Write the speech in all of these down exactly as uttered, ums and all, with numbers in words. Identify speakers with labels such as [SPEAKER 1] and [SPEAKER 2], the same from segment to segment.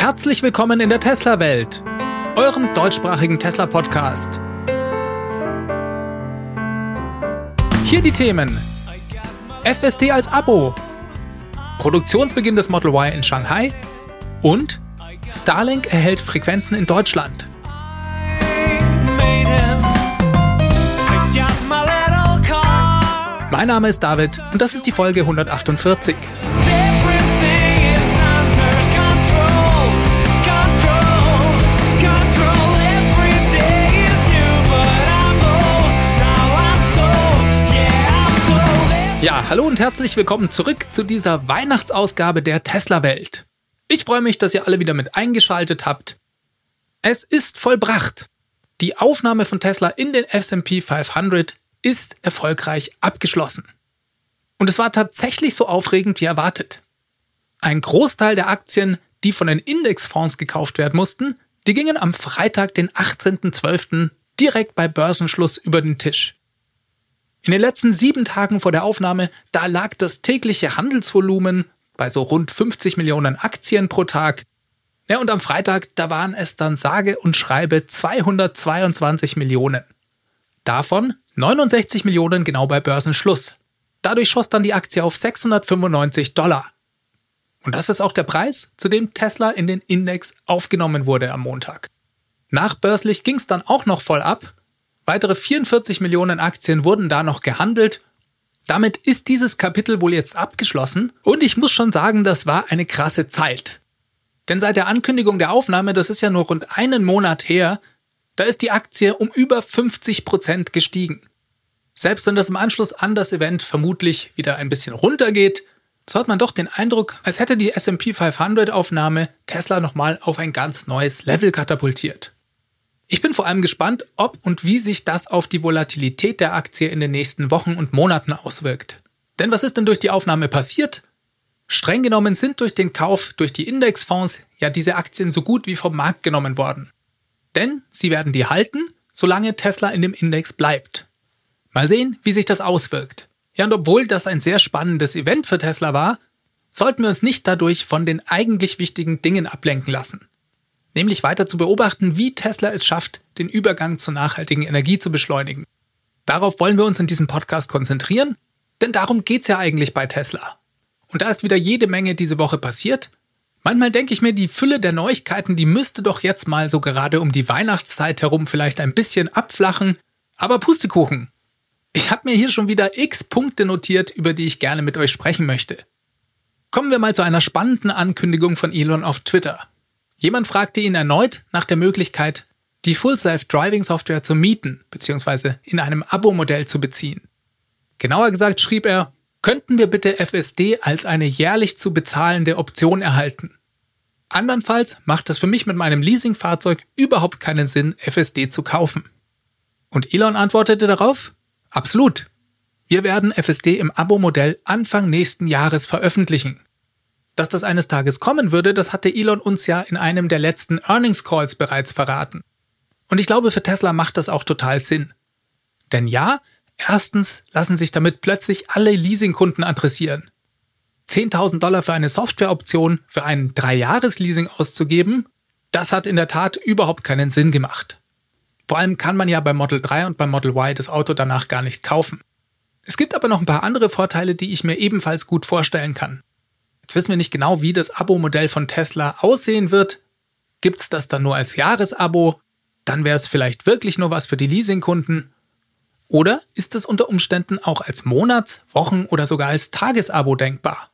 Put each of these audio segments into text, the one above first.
[SPEAKER 1] Herzlich willkommen in der Tesla-Welt, eurem deutschsprachigen Tesla-Podcast. Hier die Themen: F S D als Abo, Produktionsbeginn des Model Y in Shanghai und Starlink erhält Frequenzen in Deutschland. Mein Name ist David und das ist die Folge hundertachtundvierzig. Ja, hallo und herzlich willkommen zurück zu dieser Weihnachtsausgabe der Tesla-Welt. Ich freue mich, dass ihr alle wieder mit eingeschaltet habt. Es ist vollbracht. Die Aufnahme von Tesla in den S and P fünfhundert ist erfolgreich abgeschlossen. Und es war tatsächlich so aufregend wie erwartet. Ein Großteil der Aktien, die von den Indexfonds gekauft werden mussten, die gingen am Freitag, den achtzehnten zwölften direkt bei Börsenschluss über den Tisch. In den letzten sieben Tagen vor der Aufnahme, da lag das tägliche Handelsvolumen bei so rund fünfzig Millionen Aktien pro Tag. Ja, und am Freitag, da waren es dann sage und schreibe zweihundertzweiundzwanzig Millionen. Davon neunundsechzig Millionen genau bei Börsenschluss. Dadurch schoss dann die Aktie auf sechshundertfünfundneunzig Dollar. Und das ist auch der Preis, zu dem Tesla in den Index aufgenommen wurde am Montag. Nachbörslich ging es dann auch noch voll ab. Weitere vierundvierzig Millionen Aktien wurden da noch gehandelt. Damit ist dieses Kapitel wohl jetzt abgeschlossen und ich muss schon sagen, das war eine krasse Zeit. Denn seit der Ankündigung der Aufnahme, das ist ja nur rund einen Monat her, da ist die Aktie um über fünfzig Prozent gestiegen. Selbst wenn das im Anschluss an das Event vermutlich wieder ein bisschen runtergeht, so hat man doch den Eindruck, als hätte die S and P fünfhundert Aufnahme Tesla nochmal auf ein ganz neues Level katapultiert. Ich bin vor allem gespannt, ob und wie sich das auf die Volatilität der Aktie in den nächsten Wochen und Monaten auswirkt. Denn was ist denn durch die Aufnahme passiert? Streng genommen sind durch den Kauf durch die Indexfonds ja diese Aktien so gut wie vom Markt genommen worden. Denn sie werden die halten, solange Tesla in dem Index bleibt. Mal sehen, wie sich das auswirkt. Ja, und obwohl das ein sehr spannendes Event für Tesla war, sollten wir uns nicht dadurch von den eigentlich wichtigen Dingen ablenken lassen. Nämlich weiter zu beobachten, wie Tesla es schafft, den Übergang zur nachhaltigen Energie zu beschleunigen. Darauf wollen wir uns in diesem Podcast konzentrieren, denn darum geht's ja eigentlich bei Tesla. Und da ist wieder jede Menge diese Woche passiert. Manchmal denke ich mir, die Fülle der Neuigkeiten, die müsste doch jetzt mal so gerade um die Weihnachtszeit herum vielleicht ein bisschen abflachen. Aber Pustekuchen. Ich habe mir hier schon wieder x Punkte notiert, über die ich gerne mit euch sprechen möchte. Kommen wir mal zu einer spannenden Ankündigung von Elon auf Twitter. Jemand fragte ihn erneut nach der Möglichkeit, die Full Self-Driving-Software zu mieten bzw. in einem Abo-Modell zu beziehen. Genauer gesagt schrieb er, könnten wir bitte F S D als eine jährlich zu bezahlende Option erhalten. Andernfalls macht es für mich mit meinem Leasingfahrzeug überhaupt keinen Sinn, F S D zu kaufen. Und Elon antwortete darauf, absolut. Wir werden F S D im Abo-Modell Anfang nächsten Jahres veröffentlichen. Dass das eines Tages kommen würde, das hatte Elon uns ja in einem der letzten Earnings Calls bereits verraten. Und ich glaube, für Tesla macht das auch total Sinn. Denn ja, erstens lassen sich damit plötzlich alle Leasingkunden adressieren. zehntausend Dollar für eine Softwareoption für ein Drei-Jahres-Leasing auszugeben, das hat in der Tat überhaupt keinen Sinn gemacht. Vor allem kann man ja beim Model drei und beim Model Y das Auto danach gar nicht kaufen. Es gibt aber noch ein paar andere Vorteile, die ich mir ebenfalls gut vorstellen kann. Jetzt wissen wir nicht genau, wie das Abo-Modell von Tesla aussehen wird. Gibt es das dann nur als Jahresabo? Dann wäre es vielleicht wirklich nur was für die Leasingkunden. Oder ist es unter Umständen auch als Monats-, Wochen- oder sogar als Tagesabo denkbar?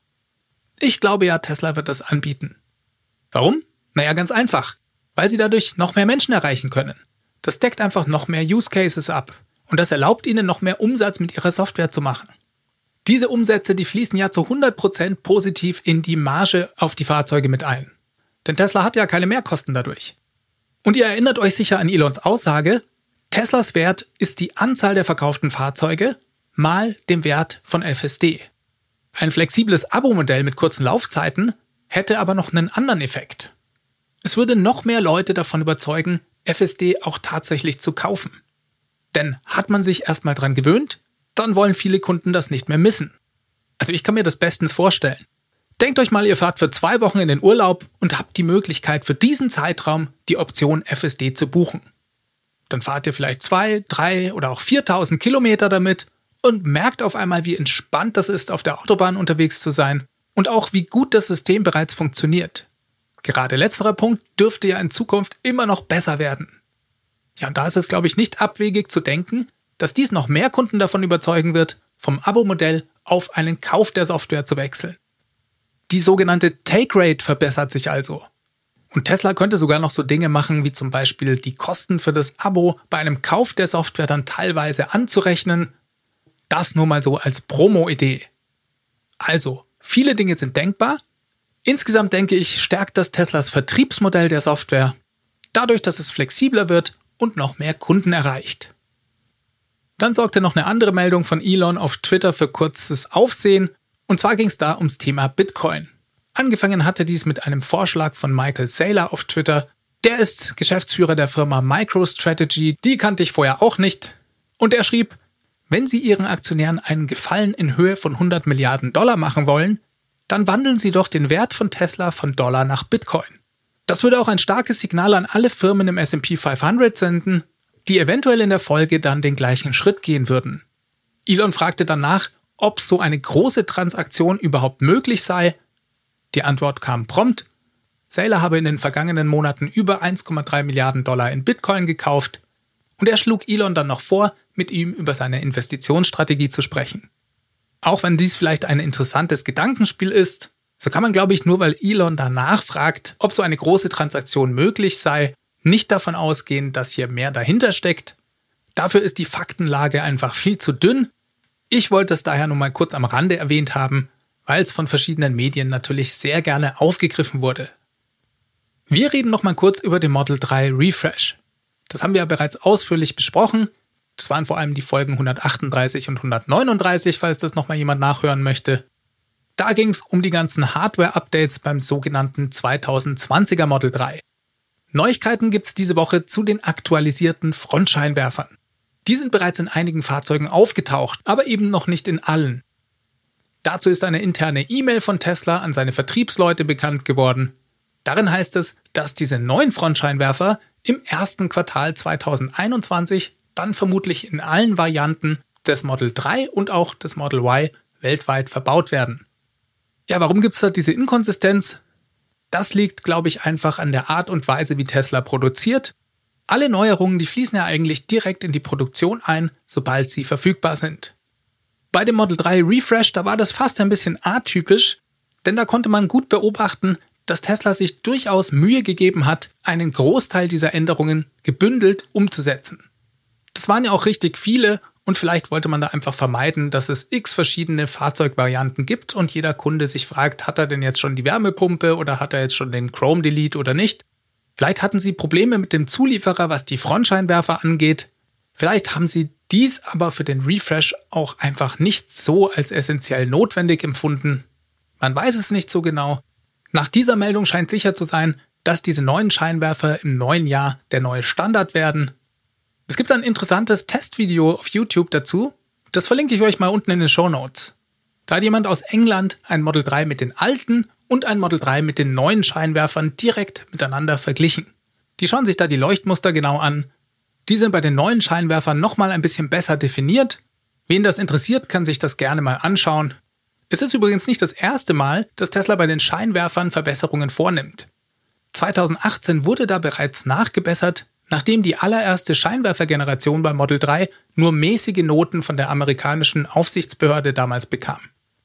[SPEAKER 1] Ich glaube ja, Tesla wird das anbieten. Warum? Naja, ganz einfach. Weil sie dadurch noch mehr Menschen erreichen können. Das deckt einfach noch mehr Use Cases ab. Und das erlaubt ihnen, noch mehr Umsatz mit ihrer Software zu machen. Diese Umsätze, die fließen ja zu hundert Prozent positiv in die Marge auf die Fahrzeuge mit ein. Denn Tesla hat ja keine Mehrkosten dadurch. Und ihr erinnert euch sicher an Elons Aussage, Teslas Wert ist die Anzahl der verkauften Fahrzeuge mal dem Wert von F S D. Ein flexibles Abo-Modell mit kurzen Laufzeiten hätte aber noch einen anderen Effekt. Es würde noch mehr Leute davon überzeugen, F S D auch tatsächlich zu kaufen. Denn hat man sich erstmal dran gewöhnt, dann wollen viele Kunden das nicht mehr missen. Also ich kann mir das bestens vorstellen. Denkt euch mal, ihr fahrt für zwei Wochen in den Urlaub und habt die Möglichkeit für diesen Zeitraum die Option F S D zu buchen. Dann fahrt ihr vielleicht zwei, drei oder auch viertausend Kilometer damit und merkt auf einmal, wie entspannt das ist, auf der Autobahn unterwegs zu sein und auch wie gut das System bereits funktioniert. Gerade letzterer Punkt dürfte ja in Zukunft immer noch besser werden. Ja, und da ist es, glaube ich, nicht abwegig zu denken, dass dies noch mehr Kunden davon überzeugen wird, vom Abo-Modell auf einen Kauf der Software zu wechseln. Die sogenannte Take Rate verbessert sich also. Und Tesla könnte sogar noch so Dinge machen, wie zum Beispiel die Kosten für das Abo bei einem Kauf der Software dann teilweise anzurechnen. Das nur mal so als Promo-Idee. Also, viele Dinge sind denkbar. Insgesamt denke ich, stärkt das Teslas Vertriebsmodell der Software, dadurch, dass es flexibler wird und noch mehr Kunden erreicht. Dann sorgte noch eine andere Meldung von Elon auf Twitter für kurzes Aufsehen, und zwar ging es da ums Thema Bitcoin. Angefangen hatte dies mit einem Vorschlag von Michael Saylor auf Twitter. Der ist Geschäftsführer der Firma MicroStrategy, die kannte ich vorher auch nicht. Und er schrieb, wenn Sie Ihren Aktionären einen Gefallen in Höhe von hundert Milliarden Dollar machen wollen, dann wandeln Sie doch den Wert von Tesla von Dollar nach Bitcoin. Das würde auch ein starkes Signal an alle Firmen im S and P fünfhundert senden, die eventuell in der Folge dann den gleichen Schritt gehen würden. Elon fragte danach, ob so eine große Transaktion überhaupt möglich sei. Die Antwort kam prompt. Saylor habe in den vergangenen Monaten über eins Komma drei Milliarden Dollar in Bitcoin gekauft und er schlug Elon dann noch vor, mit ihm über seine Investitionsstrategie zu sprechen. Auch wenn dies vielleicht ein interessantes Gedankenspiel ist, so kann man, glaube ich, nur weil Elon danach fragt, ob so eine große Transaktion möglich sei, nicht davon ausgehen, dass hier mehr dahinter steckt. Dafür ist die Faktenlage einfach viel zu dünn. Ich wollte es daher nur mal kurz am Rande erwähnt haben, weil es von verschiedenen Medien natürlich sehr gerne aufgegriffen wurde. Wir reden noch mal kurz über den Model drei Refresh. Das haben wir ja bereits ausführlich besprochen. Das waren vor allem die Folgen hundertachtunddreißig und hundertneununddreißig, falls das noch mal jemand nachhören möchte. Da ging es um die ganzen Hardware-Updates beim sogenannten zweitausendzwanziger Model drei. Neuigkeiten gibt es diese Woche zu den aktualisierten Frontscheinwerfern. Die sind bereits in einigen Fahrzeugen aufgetaucht, aber eben noch nicht in allen. Dazu ist eine interne E-Mail von Tesla an seine Vertriebsleute bekannt geworden. Darin heißt es, dass diese neuen Frontscheinwerfer im ersten Quartal zweitausendeinundzwanzig dann vermutlich in allen Varianten des Model drei und auch des Model Y weltweit verbaut werden. Ja, warum gibt es da diese Inkonsistenz? Das liegt, glaube ich, einfach an der Art und Weise, wie Tesla produziert. Alle Neuerungen, die fließen ja eigentlich direkt in die Produktion ein, sobald sie verfügbar sind. Bei dem Model drei Refresh, da war das fast ein bisschen atypisch, denn da konnte man gut beobachten, dass Tesla sich durchaus Mühe gegeben hat, einen Großteil dieser Änderungen gebündelt umzusetzen. Das waren ja auch richtig viele und vielleicht wollte man da einfach vermeiden, dass es x verschiedene Fahrzeugvarianten gibt und jeder Kunde sich fragt, hat er denn jetzt schon die Wärmepumpe oder hat er jetzt schon den Chrome Delete oder nicht? Vielleicht hatten sie Probleme mit dem Zulieferer, was die Frontscheinwerfer angeht. Vielleicht haben sie dies aber für den Refresh auch einfach nicht so als essentiell notwendig empfunden. Man weiß es nicht so genau. Nach dieser Meldung scheint sicher zu sein, dass diese neuen Scheinwerfer im neuen Jahr der neue Standard werden. Es gibt ein interessantes Testvideo auf YouTube dazu. Das verlinke ich euch mal unten in den Shownotes. Da hat jemand aus England ein Model drei mit den alten und ein Model drei mit den neuen Scheinwerfern direkt miteinander verglichen. Die schauen sich da die Leuchtmuster genau an. Die sind bei den neuen Scheinwerfern nochmal ein bisschen besser definiert. Wen das interessiert, kann sich das gerne mal anschauen. Es ist übrigens nicht das erste Mal, dass Tesla bei den Scheinwerfern Verbesserungen vornimmt. zweitausendachtzehn wurde da bereits nachgebessert, nachdem die allererste Scheinwerfergeneration beim Model drei nur mäßige Noten von der amerikanischen Aufsichtsbehörde damals bekam.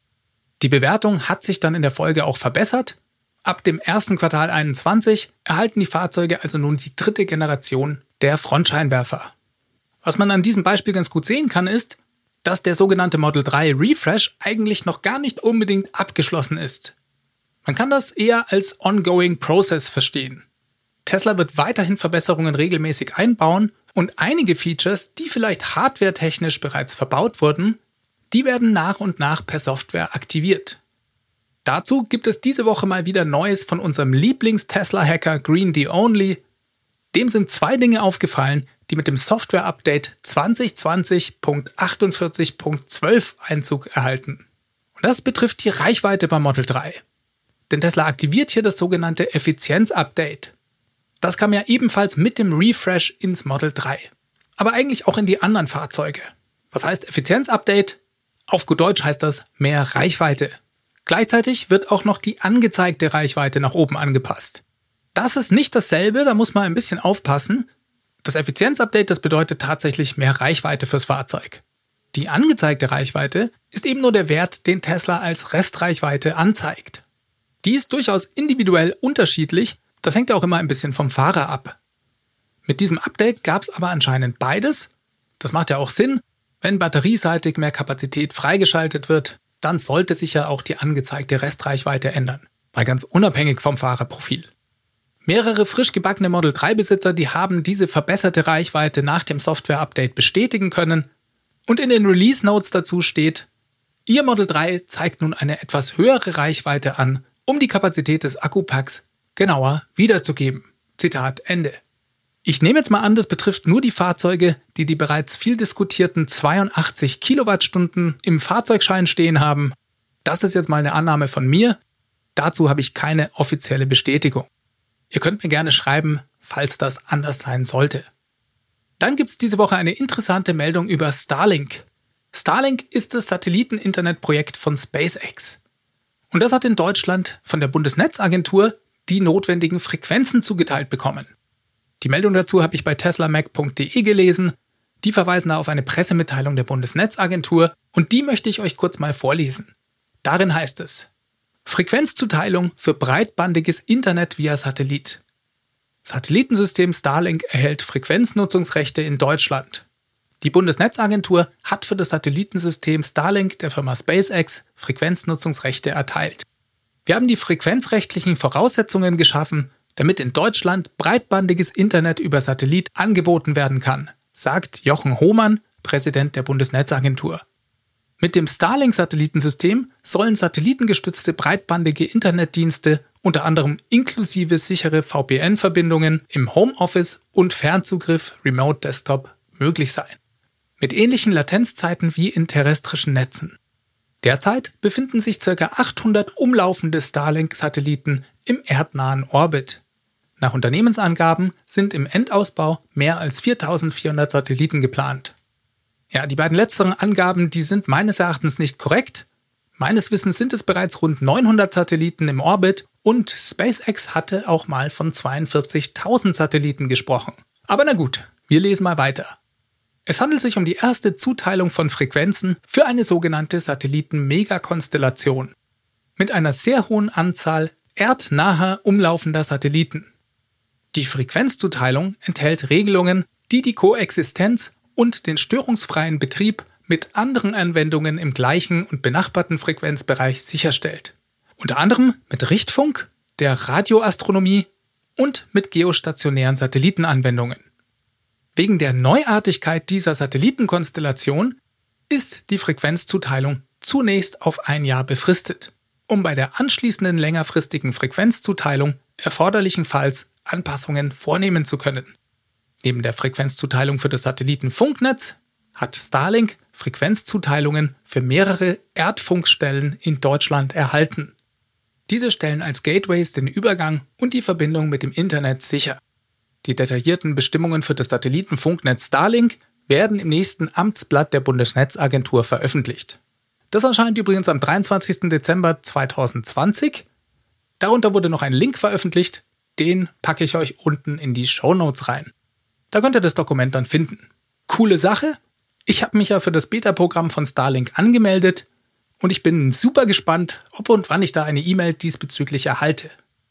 [SPEAKER 1] Die Bewertung hat sich dann in der Folge auch verbessert. Ab dem ersten Quartal einundzwanzig erhalten die Fahrzeuge also nun die dritte Generation der Frontscheinwerfer. Was man an diesem Beispiel ganz gut sehen kann, ist, dass der sogenannte Model drei Refresh eigentlich noch gar nicht unbedingt abgeschlossen ist. Man kann das eher als ongoing process verstehen. Tesla wird weiterhin Verbesserungen regelmäßig einbauen und einige Features, die vielleicht hardwaretechnisch bereits verbaut wurden, die werden nach und nach per Software aktiviert. Dazu gibt es diese Woche mal wieder Neues von unserem Lieblings-Tesla-Hacker Green D Only. Dem sind zwei Dinge aufgefallen, die mit dem Software-Update zwanzig zwanzig Punkt achtundvierzig Punkt zwölf Einzug erhalten. Und das betrifft die Reichweite beim Model drei. denn Tesla aktiviert hier das sogenannte Effizienz-Update. Das kam ja ebenfalls mit dem Refresh ins Model drei, aber eigentlich auch in die anderen Fahrzeuge. Was heißt Effizienz-Update? Auf gut Deutsch heißt das mehr Reichweite. Gleichzeitig wird auch noch die angezeigte Reichweite nach oben angepasst. Das ist nicht dasselbe, da muss man ein bisschen aufpassen. Das Effizienz-Update, das bedeutet tatsächlich mehr Reichweite fürs Fahrzeug. Die angezeigte Reichweite ist eben nur der Wert, den Tesla als Restreichweite anzeigt. Die ist durchaus individuell unterschiedlich, das hängt auch immer ein bisschen vom Fahrer ab. Mit diesem Update gab es aber anscheinend beides. Das macht ja auch Sinn. Wenn batterieseitig mehr Kapazität freigeschaltet wird, dann sollte sich ja auch die angezeigte Restreichweite ändern. Mal ganz unabhängig vom Fahrerprofil. Mehrere frisch gebackene Model drei Besitzer, die haben diese verbesserte Reichweite nach dem Software-Update bestätigen können. Und in den Release-Notes dazu steht, Ihr Model drei zeigt nun eine etwas höhere Reichweite an, um die Kapazität des Akkupacks genauer wiederzugeben. Zitat Ende. Ich nehme jetzt mal an, das betrifft nur die Fahrzeuge, die die bereits viel diskutierten zweiundachtzig Kilowattstunden im Fahrzeugschein stehen haben. Das ist jetzt mal eine Annahme von mir. Dazu habe ich keine offizielle Bestätigung. Ihr könnt mir gerne schreiben, falls das anders sein sollte. Dann gibt es diese Woche eine interessante Meldung über Starlink. Starlink ist das Satelliten-Internet-Projekt von SpaceX. Und das hat in Deutschland von der Bundesnetzagentur die notwendigen Frequenzen zugeteilt bekommen. Die Meldung dazu habe ich bei teslamac punkt de gelesen. Die verweisen da auf eine Pressemitteilung der Bundesnetzagentur und die möchte ich euch kurz mal vorlesen. Darin heißt es: Frequenzzuteilung für breitbandiges Internet via Satellit. Satellitensystem Starlink erhält Frequenznutzungsrechte in Deutschland. Die Bundesnetzagentur hat für das Satellitensystem Starlink der Firma SpaceX Frequenznutzungsrechte erteilt. Wir haben die frequenzrechtlichen Voraussetzungen geschaffen, damit in Deutschland breitbandiges Internet über Satellit angeboten werden kann, sagt Jochen Hohmann, Präsident der Bundesnetzagentur. Mit dem Starlink-Satellitensystem sollen satellitengestützte breitbandige Internetdienste unter anderem inklusive sichere V P N-Verbindungen im Homeoffice und Fernzugriff Remote Desktop möglich sein. Mit ähnlichen Latenzzeiten wie in terrestrischen Netzen. Derzeit befinden sich ca. achthundert umlaufende Starlink-Satelliten im erdnahen Orbit. Nach Unternehmensangaben sind im Endausbau mehr als viertausendvierhundert Satelliten geplant. Ja, die beiden letzteren Angaben, die sind meines Erachtens nicht korrekt. Meines Wissens sind es bereits rund neunhundert Satelliten im Orbit und SpaceX hatte auch mal von zweiundvierzigtausend Satelliten gesprochen. Aber na gut, wir lesen mal weiter. Es handelt sich um die erste Zuteilung von Frequenzen für eine sogenannte Satelliten-Megakonstellation mit einer sehr hohen Anzahl erdnaher umlaufender Satelliten. Die Frequenzzuteilung enthält Regelungen, die die Koexistenz und den störungsfreien Betrieb mit anderen Anwendungen im gleichen und benachbarten Frequenzbereich sicherstellt. Unter anderem mit Richtfunk, der Radioastronomie und mit geostationären Satellitenanwendungen. Wegen der Neuartigkeit dieser Satellitenkonstellation ist die Frequenzzuteilung zunächst auf ein Jahr befristet, um bei der anschließenden längerfristigen Frequenzzuteilung erforderlichenfalls Anpassungen vornehmen zu können. Neben der Frequenzzuteilung für das Satellitenfunknetz hat Starlink Frequenzzuteilungen für mehrere Erdfunkstellen in Deutschland erhalten. Diese stellen als Gateways den Übergang und die Verbindung mit dem Internet sicher. Die detaillierten Bestimmungen für das Satellitenfunknetz Starlink werden im nächsten Amtsblatt der Bundesnetzagentur veröffentlicht. Das erscheint übrigens am dreiundzwanzigsten Dezember zweitausendzwanzig. Darunter wurde noch ein Link veröffentlicht, den packe ich euch unten in die Shownotes rein. Da könnt ihr das Dokument dann finden. Coole Sache. Ich habe mich ja für das Beta-Programm von Starlink angemeldet und ich bin super gespannt, ob und wann ich da eine E-Mail diesbezüglich erhalte.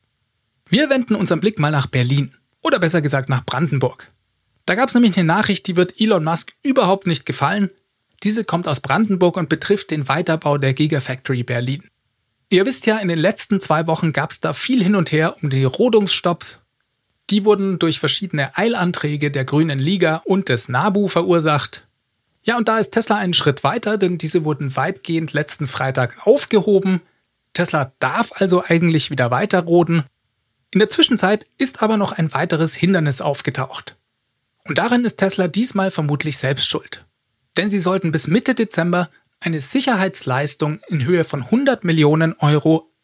[SPEAKER 1] Wir wenden unseren Blick mal nach Berlin oder besser gesagt nach Brandenburg. Da gab es nämlich eine Nachricht, die wird Elon Musk überhaupt nicht gefallen. Diese kommt aus Brandenburg und betrifft den Weiterbau der Gigafactory Berlin. Ihr wisst ja, in den letzten zwei Wochen gab es da viel hin und her um die Rodungsstopps. Die wurden durch verschiedene Eilanträge der Grünen Liga und des NABU verursacht. Ja, und da ist Tesla einen Schritt weiter, denn diese wurden weitgehend letzten Freitag aufgehoben. Tesla darf also eigentlich wieder weiter roden. In der Zwischenzeit ist aber noch ein weiteres Hindernis aufgetaucht. Und darin ist Tesla diesmal vermutlich selbst schuld. Denn sie sollten bis Mitte Dezember eine Sicherheitsleistung in Höhe von hundert Millionen Euro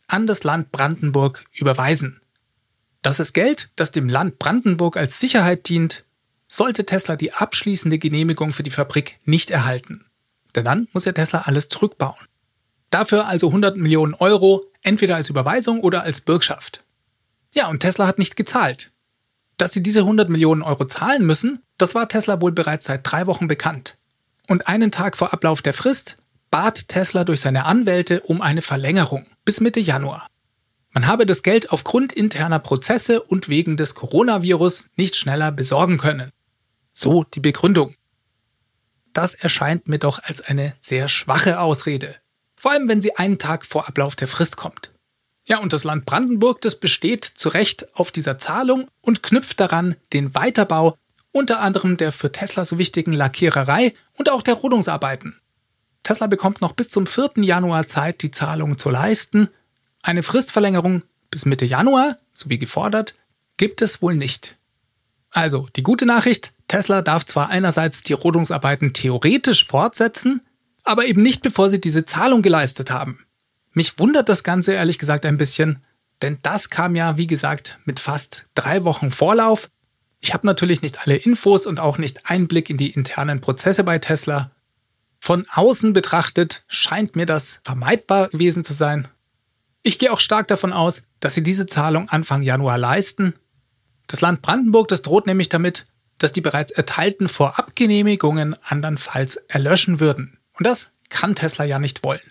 [SPEAKER 1] an das Land Brandenburg überweisen. Das ist Geld, das dem Land Brandenburg als Sicherheit dient, sollte Tesla die abschließende Genehmigung für die Fabrik nicht erhalten. Denn dann muss ja Tesla alles zurückbauen. Dafür also hundert Millionen Euro, entweder als Überweisung oder als Bürgschaft. Ja, und Tesla hat nicht gezahlt. Dass sie diese hundert Millionen Euro zahlen müssen, das war Tesla wohl bereits seit drei Wochen bekannt. Und einen Tag vor Ablauf der Frist bat Tesla durch seine Anwälte um eine Verlängerung bis Mitte Januar. Man habe das Geld aufgrund interner Prozesse und wegen des Coronavirus nicht schneller besorgen können. So die Begründung. Das erscheint mir doch als eine sehr schwache Ausrede. Vor allem, wenn sie einen Tag vor Ablauf der Frist kommt. Ja, und das Land Brandenburg, das besteht zu Recht auf dieser Zahlung und knüpft daran den Weiterbau, unter anderem der für Tesla so wichtigen Lackiererei und auch der Rodungsarbeiten. Tesla bekommt noch bis zum vierten Januar Zeit, die Zahlungen zu leisten. Eine Fristverlängerung bis Mitte Januar, so wie gefordert, gibt es wohl nicht. Also, die gute Nachricht, Tesla darf zwar einerseits die Rodungsarbeiten theoretisch fortsetzen, aber eben nicht, bevor sie diese Zahlung geleistet haben. Mich wundert das Ganze ehrlich gesagt ein bisschen, denn das kam ja, wie gesagt, mit fast drei Wochen Vorlauf. Ich habe natürlich nicht alle Infos und auch nicht Einblick in die internen Prozesse bei Tesla. Von außen betrachtet scheint mir das vermeidbar gewesen zu sein. Ich gehe auch stark davon aus, dass sie diese Zahlung Anfang Januar leisten. Das Land Brandenburg, das droht nämlich damit, dass die bereits erteilten Vorabgenehmigungen andernfalls erlöschen würden. Und das kann Tesla ja nicht wollen.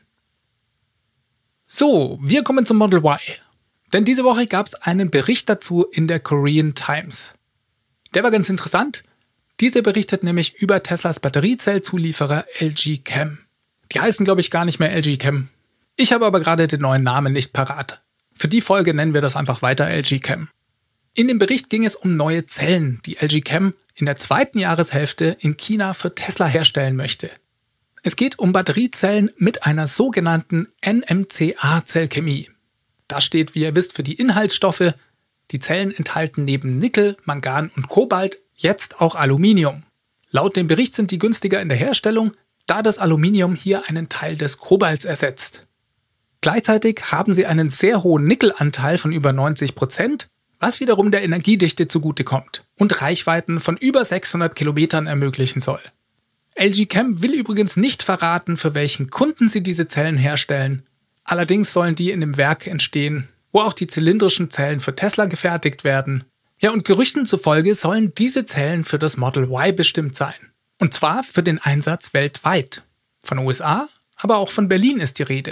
[SPEAKER 1] So, wir kommen zum Model Y. Denn diese Woche gab es einen Bericht dazu in der Korean Times. Der war ganz interessant. Diese berichtet nämlich über Teslas Batteriezellzulieferer L G Chem. Die heißen, glaube ich, gar nicht mehr L G Chem. Ich habe aber gerade den neuen Namen nicht parat. Für die Folge nennen wir das einfach weiter L G Chem. In dem Bericht ging es um neue Zellen, die L G Chem in der zweiten Jahreshälfte in China für Tesla herstellen möchte. Es geht um Batteriezellen mit einer sogenannten N M C A-Zellchemie. Das steht, wie ihr wisst, für die Inhaltsstoffe. Die Zellen enthalten neben Nickel, Mangan und Kobalt jetzt auch Aluminium. Laut dem Bericht sind die günstiger in der Herstellung, da das Aluminium hier einen Teil des Kobalts ersetzt. Gleichzeitig haben sie einen sehr hohen Nickelanteil von über neunzig Prozent, was wiederum der Energiedichte zugutekommt und Reichweiten von über sechshundert Kilometern ermöglichen soll. L G Chem will übrigens nicht verraten, für welchen Kunden sie diese Zellen herstellen. Allerdings sollen die in dem Werk entstehen, wo auch die zylindrischen Zellen für Tesla gefertigt werden. Ja, und Gerüchten zufolge sollen diese Zellen für das Model Y bestimmt sein. Und zwar für den Einsatz weltweit. Von U S A, aber auch von Berlin ist die Rede.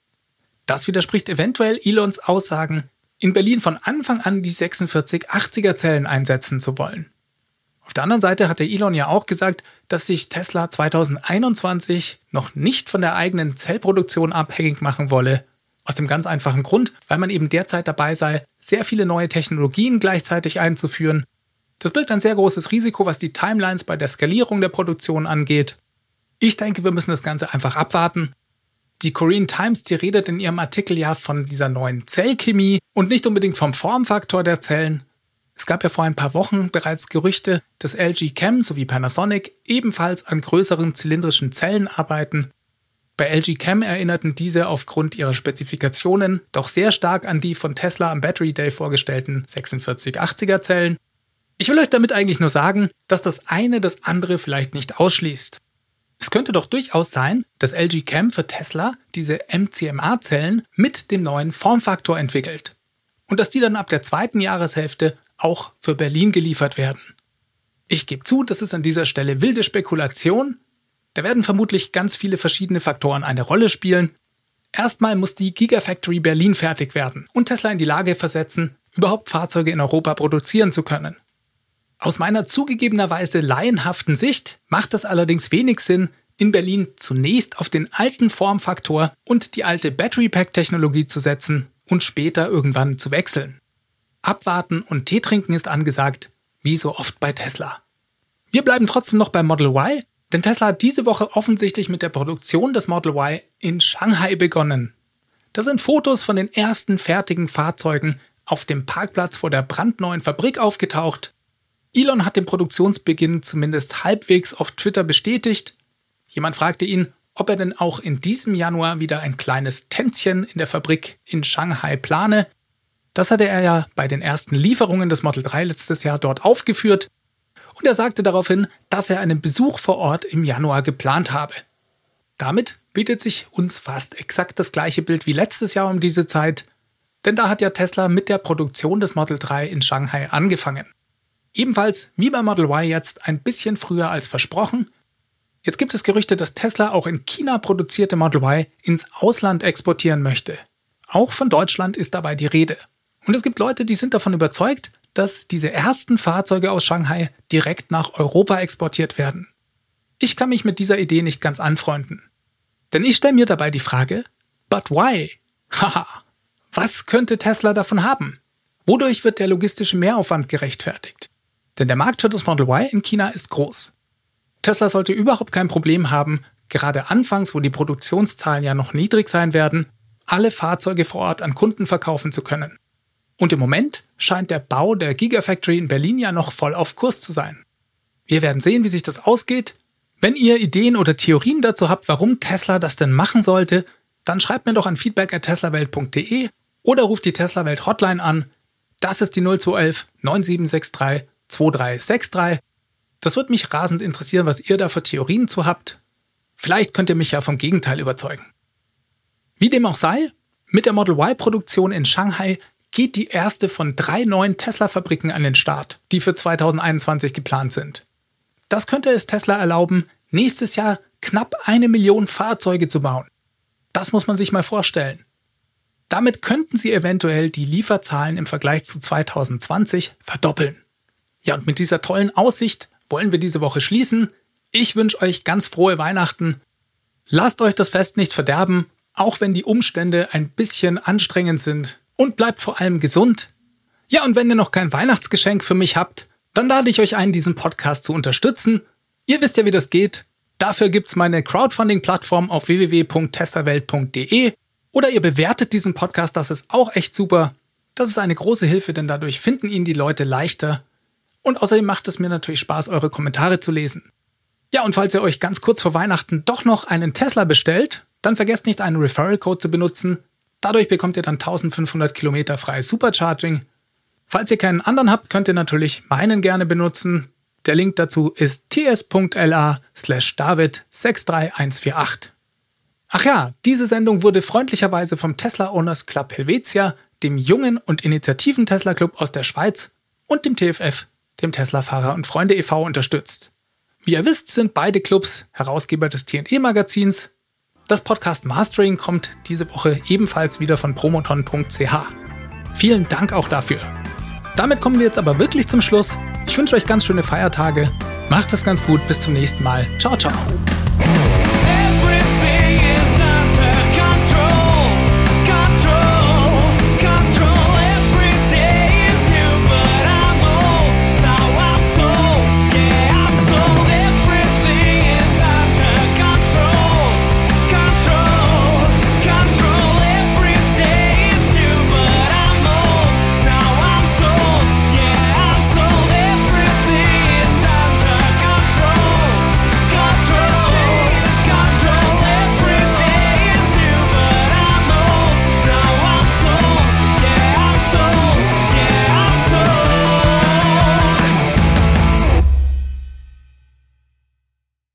[SPEAKER 1] Das widerspricht eventuell Elons Aussagen, in Berlin von Anfang an die sechsundvierzig achtziger Zellen einsetzen zu wollen. Auf der anderen Seite hatte Elon ja auch gesagt, dass sich Tesla zweitausendeinundzwanzig noch nicht von der eigenen Zellproduktion abhängig machen wolle. Aus dem ganz einfachen Grund, weil man eben derzeit dabei sei, sehr viele neue Technologien gleichzeitig einzuführen. Das birgt ein sehr großes Risiko, was die Timelines bei der Skalierung der Produktion angeht. Ich denke, wir müssen das Ganze einfach abwarten. Die Korean Times, die redet in ihrem Artikel ja von dieser neuen Zellchemie und nicht unbedingt vom Formfaktor der Zellen. Es gab ja vor ein paar Wochen bereits Gerüchte, dass L G Chem sowie Panasonic ebenfalls an größeren zylindrischen Zellen arbeiten. Bei L G Chem erinnerten diese aufgrund ihrer Spezifikationen doch sehr stark an die von Tesla am Battery Day vorgestellten sechsundvierzig achtziger Zellen. Ich will euch damit eigentlich nur sagen, dass das eine das andere vielleicht nicht ausschließt. Es könnte doch durchaus sein, dass L G Chem für Tesla diese M C M A-Zellen mit dem neuen Formfaktor entwickelt und dass die dann ab der zweiten Jahreshälfte auch für Berlin geliefert werden. Ich gebe zu, das ist an dieser Stelle wilde Spekulation. Da werden vermutlich ganz viele verschiedene Faktoren eine Rolle spielen. Erstmal muss die Gigafactory Berlin fertig werden und Tesla in die Lage versetzen, überhaupt Fahrzeuge in Europa produzieren zu können. Aus meiner zugegebenerweise laienhaften Sicht macht es allerdings wenig Sinn, in Berlin zunächst auf den alten Formfaktor und die alte Battery Pack Technologie zu setzen und später irgendwann zu wechseln. Abwarten und Tee trinken ist angesagt, wie so oft bei Tesla. Wir bleiben trotzdem noch beim Model Y, denn Tesla hat diese Woche offensichtlich mit der Produktion des Model Y in Shanghai begonnen. Das sind Fotos von den ersten fertigen Fahrzeugen auf dem Parkplatz vor der brandneuen Fabrik aufgetaucht. Elon hat den Produktionsbeginn zumindest halbwegs auf Twitter bestätigt. Jemand fragte ihn, ob er denn auch in diesem Januar wieder ein kleines Tänzchen in der Fabrik in Shanghai plane. Das hatte er ja bei den ersten Lieferungen des Model drei letztes Jahr dort aufgeführt. Und er sagte daraufhin, dass er einen Besuch vor Ort im Januar geplant habe. Damit bietet sich uns fast exakt das gleiche Bild wie letztes Jahr um diese Zeit, denn da hat ja Tesla mit der Produktion des Model drei in Shanghai angefangen. Ebenfalls wie beim Model Y jetzt ein bisschen früher als versprochen. Jetzt gibt es Gerüchte, dass Tesla auch in China produzierte Model Y ins Ausland exportieren möchte. Auch von Deutschland ist dabei die Rede. Und es gibt Leute, die sind davon überzeugt, dass diese ersten Fahrzeuge aus Shanghai direkt nach Europa exportiert werden. Ich kann mich mit dieser Idee nicht ganz anfreunden. Denn ich stelle mir dabei die Frage, but why? Haha, was könnte Tesla davon haben? Wodurch wird der logistische Mehraufwand gerechtfertigt? Denn der Markt für das Model Y in China ist groß. Tesla sollte überhaupt kein Problem haben, gerade anfangs, wo die Produktionszahlen ja noch niedrig sein werden, alle Fahrzeuge vor Ort an Kunden verkaufen zu können. Und im Moment scheint der Bau der Gigafactory in Berlin ja noch voll auf Kurs zu sein. Wir werden sehen, wie sich das ausgeht. Wenn ihr Ideen oder Theorien dazu habt, warum Tesla das denn machen sollte, dann schreibt mir doch an feedback at teslawelt punkt de oder ruft die Teslawelt Hotline an. Das ist die null zwei eins neun sieben sechs drei zwei drei sechs drei. Das würde mich rasend interessieren, was ihr da für Theorien zu habt. Vielleicht könnt ihr mich ja vom Gegenteil überzeugen. Wie dem auch sei, mit der Model Y-Produktion in Shanghai geht die erste von drei neuen Tesla-Fabriken an den Start, die für zwanzig einundzwanzig geplant sind. Das könnte es Tesla erlauben, nächstes Jahr knapp eine Million Fahrzeuge zu bauen. Das muss man sich mal vorstellen. Damit könnten sie eventuell die Lieferzahlen im Vergleich zu zwanzig zwanzig verdoppeln. Ja, und mit dieser tollen Aussicht wollen wir diese Woche schließen. Ich wünsche euch ganz frohe Weihnachten. Lasst euch das Fest nicht verderben, auch wenn die Umstände ein bisschen anstrengend sind. Und bleibt vor allem gesund. Ja, und wenn ihr noch kein Weihnachtsgeschenk für mich habt, dann lade ich euch ein, diesen Podcast zu unterstützen. Ihr wisst ja, wie das geht. Dafür gibt's meine Crowdfunding-Plattform auf w w w punkt teslawelt punkt de oder ihr bewertet diesen Podcast, das ist auch echt super. Das ist eine große Hilfe, denn dadurch finden ihn die Leute leichter. Und außerdem macht es mir natürlich Spaß, eure Kommentare zu lesen. Ja, und falls ihr euch ganz kurz vor Weihnachten doch noch einen Tesla bestellt, dann vergesst nicht, einen Referral-Code zu benutzen. Dadurch bekommt ihr dann eintausendfünfhundert Kilometer freies Supercharging. Falls ihr keinen anderen habt, könnt ihr natürlich meinen gerne benutzen. Der Link dazu ist ts.la slash david sechs drei eins vier acht. Ach ja, diese Sendung wurde freundlicherweise vom Tesla Owners Club Helvetia, dem Jungen- und Initiativen-Tesla-Club aus der Schweiz und dem T F F, dem Tesla-Fahrer und Freunde e V unterstützt. Wie ihr wisst, sind beide Clubs Herausgeber des T und E-Magazins. Das Podcast Mastering kommt diese Woche ebenfalls wieder von promoton punkt c h. Vielen Dank auch dafür. Damit kommen wir jetzt aber wirklich zum Schluss. Ich wünsche euch ganz schöne Feiertage. Macht es ganz gut. Bis zum nächsten Mal. Ciao, ciao.